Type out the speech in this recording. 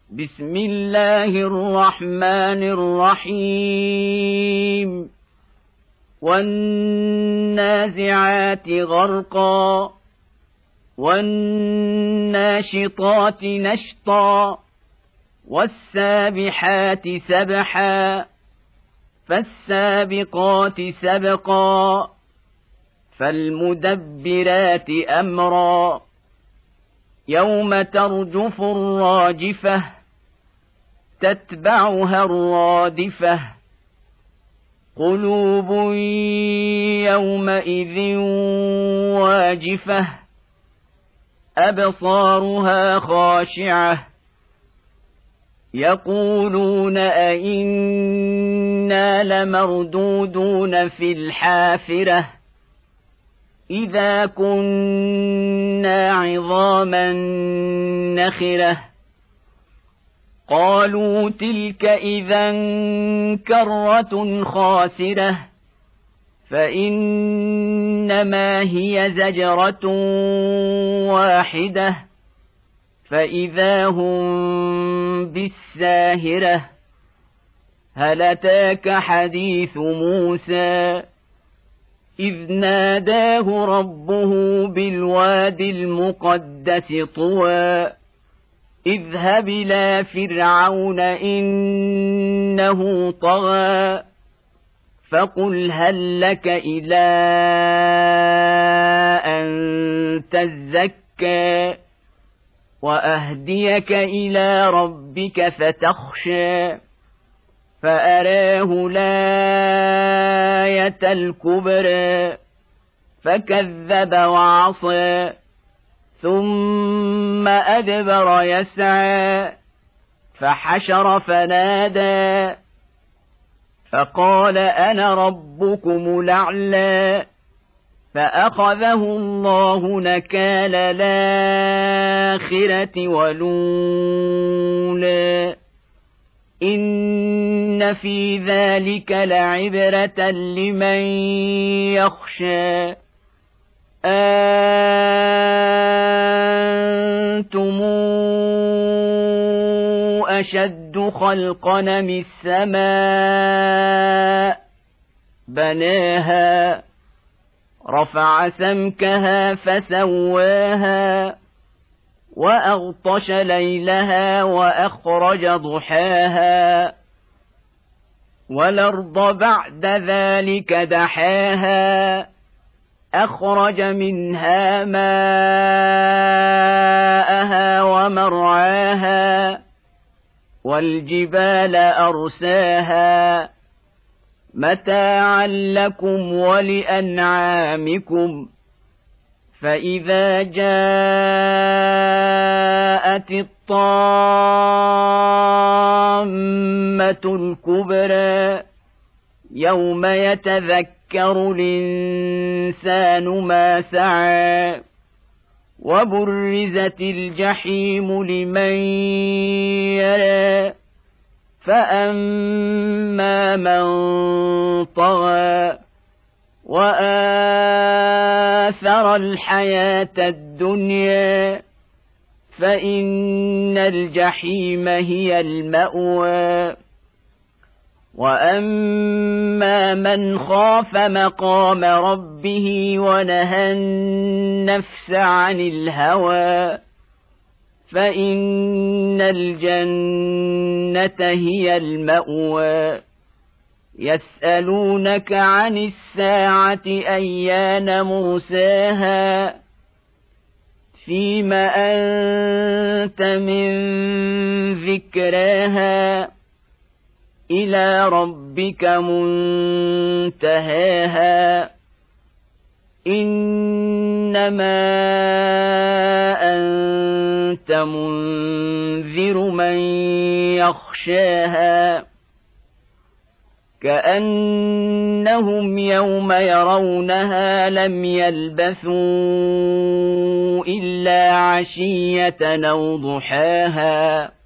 بسم الله الرحمن الرحيم والنازعات غرقا والناشطات نشطا والسابحات سبحا فالسابقات سبقا فالمدبرات أمرا يوم ترجف الراجفة تتبعها الرادفة قلوب يومئذ واجفة أبصارها خاشعة يقولون أئنا لمردودون في الحافرة إذا كنا عظاما نخرة قالوا تلك إذا كرة خاسرة فإنما هي زجرة واحدة فإذا هم بالساهرة هل أتاك حديث موسى إذ ناداه ربه بالواد المقدس طوى اذهب إلى فرعون إنه طغى فقل هل لك إلى أن تزكى وأهديك إلى ربك فتخشى فأراه الآية الكبرى فكذب وعصى ثم أدبر يسعى فحشر فنادى فقال أنا ربكم الأعلى فأخذه الله نكال الآخرة والأولى إن في ذلك لعبرة لمن يخشى أنتم أشد خلقا من السماء بناها رفع سمكها فسواها وأغطش ليلها وأخرج ضحاها والأرض بعد ذلك دحاها أخرج منها ماءها ومرعاها والجبال أرساها متاعا لكم ولأنعامكم فإذا جاءت الطامة الكبرى يوم يتذكر الإنسان ما سعى وبرزت الجحيم لمن يرى فأما من طغى وآثر الحياة الدنيا فإن الجحيم هي المأوى وأما من خاف مقام ربه ونهى النفس عن الهوى فإن الجنة هي المأوى يسألونك عن الساعة أيان مرساها فيم أنت من ذكراها إلى ربك منتهاها إنما أنت منذر من يخشاها كأنهم يوم يرونها لم يلبثوا إلا عشية أو ضحاها